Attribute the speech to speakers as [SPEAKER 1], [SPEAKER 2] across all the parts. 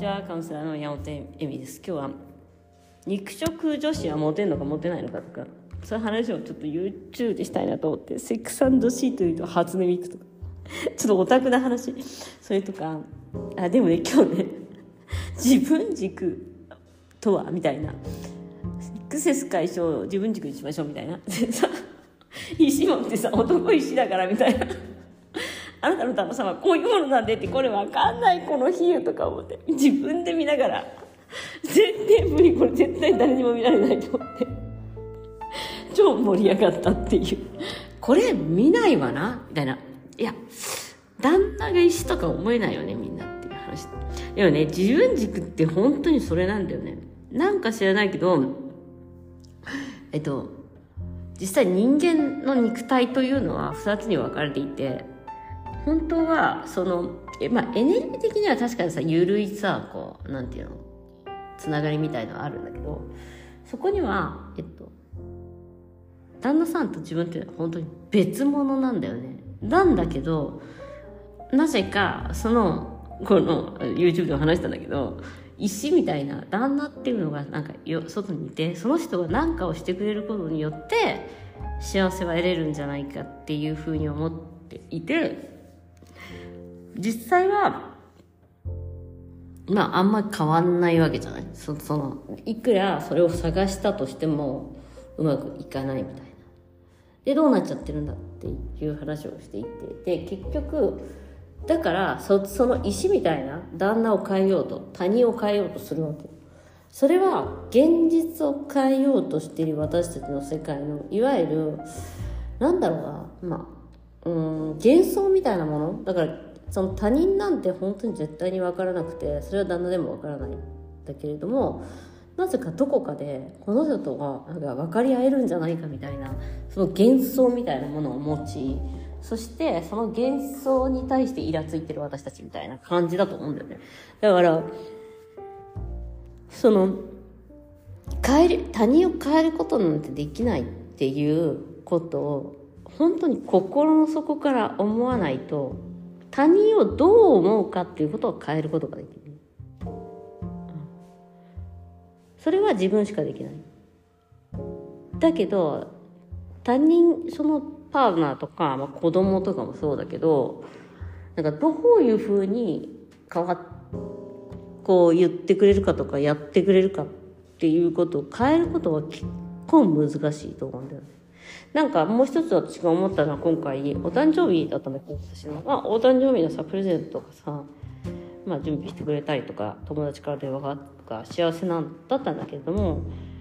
[SPEAKER 1] ちは、カウンセラーの山本恵美です。今日は肉食女子はモテるのかモテないのかとか、そういう話をちょっと YouTube でしたいなと思って、セックス&シートと初音ミクとかちょっとオタクな話、それとか、でもね、今日ね、自分軸とはみたいな、セックス解消を自分軸にしましょうみたいな石持ってさ、男石だからみたいなあなたの旦那様はこういうものなんでって、これわかんないこの比喩とか思って自分で見ながら、全然無理、これ絶対誰にも見られないと思って超盛り上がったっていう、これ見ないわなみたいな、いや旦那が石とか思えないよねみんなっていう話でもね、自分軸って本当にそれなんだよね。なんか知らないけど実際人間の肉体というのは2つに分かれていて、本当はそのエネルギー的には確かにさ、緩いさ、こうなんていうの、つながりみたいのはあるんだけど、そこには旦那さんと自分って本当に別物なんだよね。なんだけどなぜかこの YouTube でも話したんだけど、石みたいな旦那っていうのがなんか外にいて、その人が何かをしてくれることによって幸せは得れるんじゃないかっていうふうに思っていて、実際はあんまり変わんないわけじゃない。いくらそれを探したとしてもうまくいかないみたいな。でどうなっちゃってるんだっていう話をしていて、で結局だからその石みたいな旦那を変えようと、他人を変えようとするわけ。それは現実を変えようとしている私たちの世界のいわゆるなんだろうな、幻想みたいなものだから、その他人なんて本当に絶対に分からなくて、それは旦那でも分からないんだけれども、なぜかどこかでこの人とが分かり合えるんじゃないかみたいな、その幻想みたいなものを持ち、そしてその幻想に対してイラついてる私たちみたいな感じだと思うんだよね。だから他人を変えることなんてできないっていうことを本当に心の底から思わないと、他人をどう思うかっていうことを変えることができる。それは自分しかできない。だけど他人、そのパートナーとか、子供とかもそうだけど、なんかどういうふうにこう言ってくれるかとかやってくれるかっていうことを変えることは結構難しいと思うんだよね。なんかもう一つ私が思ったのは、今回お誕生日だったんだけど、私のお誕生日のさプレゼントとかさ、準備してくれたりとか、友達から電話があったとか幸せだったんだけれども、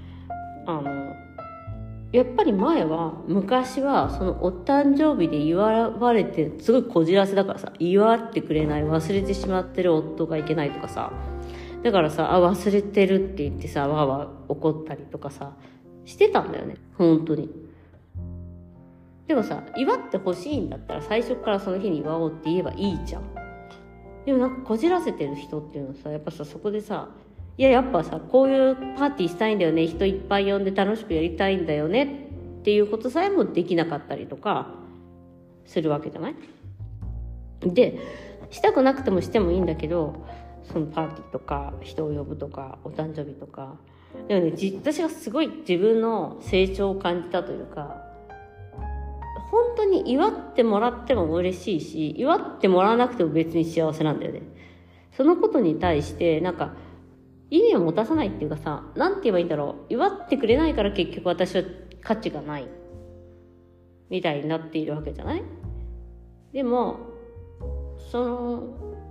[SPEAKER 1] やっぱり昔はそのお誕生日で祝われて、すごいこじらせだからさ、祝ってくれない、忘れてしまってる夫がいけないとかさ、だからさ、忘れてるって言ってさ、わーわー怒ったりとかさしてたんだよね、本当に。でもさ、祝ってほしいんだったら最初からその日に祝おうって言えばいいじゃん。でもなんかこじらせてる人っていうのはさ、やっぱさ、そこでさ、やっぱさ、こういうパーティーしたいんだよね、人いっぱい呼んで楽しくやりたいんだよねっていうことさえもできなかったりとかするわけじゃない。で、したくなくてもしてもいいんだけど、そのパーティーとか人を呼ぶとかお誕生日とかでもね、私がすごい自分の成長を感じたというか、本当に祝ってもらっても嬉しいし、祝ってもらわなくても別に幸せなんだよね。そのことに対してなんか意味を持たさないっていうかさ、なんて言えばいいんだろう、祝ってくれないから結局私は価値がないみたいになっているわけじゃない。でもその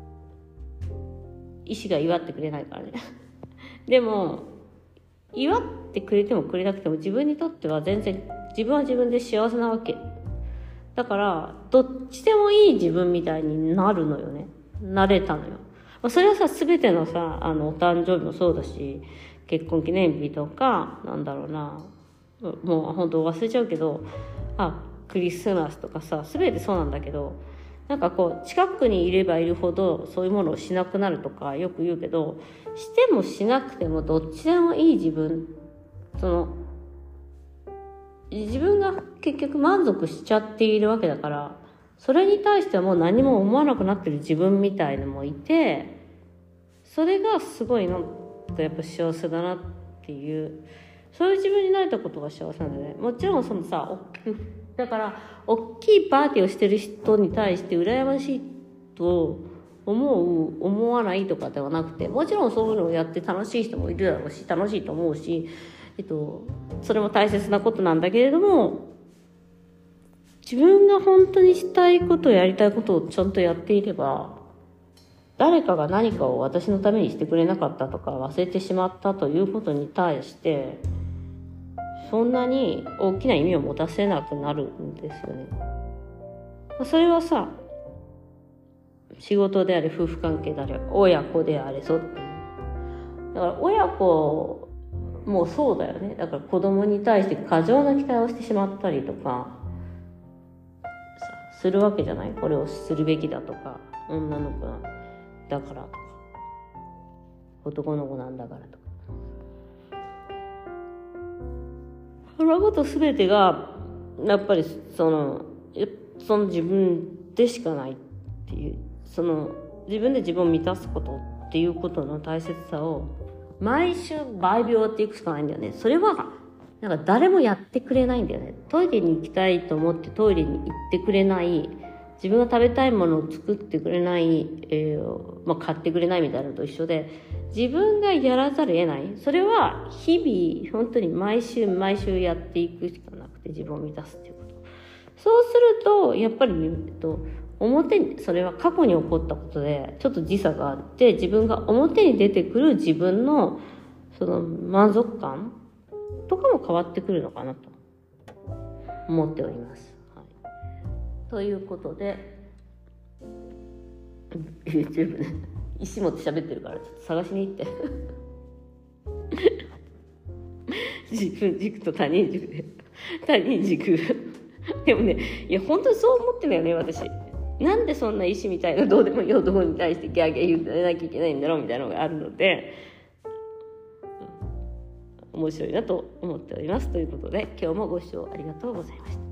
[SPEAKER 1] 意思が祝ってくれないからねでも祝ってくれてもくれなくても、自分にとっては全然自分は自分で幸せなわけだから、どっちでもいい自分みたいになるのよね。なれたのよ。それはさ、全てのさ、お誕生日もそうだし、結婚記念日とか、なんだろうな、もう本当忘れちゃうけど、クリスマスとかさ、全てそうなんだけど、なんかこう近くにいればいるほどそういうものをしなくなるとかよく言うけど、してもしなくてもどっちでもいい自分、自分が結局満足しちゃっているわけだから、それに対してはもう何も思わなくなってる自分みたいのもいて、 それがすごいなんかやっぱ幸せだなっていう、そういう自分になれたことが幸せなんだよね。もちろんそのさ、だから大きいパーティーをしてる人に対して羨ましいと思わないとかではなくて、もちろんそういうのをやって楽しい人もいるだろうし、楽しいと思うし、それも大切なことなんだけれども、自分が本当にしたいことやりたいことをちゃんとやっていれば、誰かが何かを私のためにしてくれなかったとか忘れてしまったということに対してそんなに大きな意味を持たせなくなるんですよね。それはさ、仕事であれ夫婦関係であれ親子であれそうだから親子もそうだよね。だから子供に対して過剰な期待をしてしまったりとかするわけじゃない。これをするべきだとか、女の子だからとか男の子なんだからとか、そのこと全てがやっぱりその自分でしかないっていう、その自分で自分を満たすことっていうことの大切さを毎週倍秒っていくしかないんだよね。それはなんか誰もやってくれないんだよね。トイレに行きたいと思ってトイレに行ってくれない、自分が食べたいものを作ってくれない、買ってくれないみたいなのと一緒で、自分がやらざるを得ない。それは日々本当に毎週毎週やっていくしかなくて、自分を満たすっていうこと。そうするとやっぱり、表にそれは過去に起こったことでちょっと時差があって、自分が表に出てくる自分のその満足感とかも変わってくるのかなと思っております。はい、ということで YouTube ね、石持って喋ってるからちょっと探しに行って自分軸と他人軸で他人軸でもね、いや本当にそう思ってるよね。私なんでそんな石みたいなどうでもいい男に対してギャーギャー言ってなきゃいけないんだろうみたいなのがあるので、面白いなと思っております。ということで今日もご視聴ありがとうございました。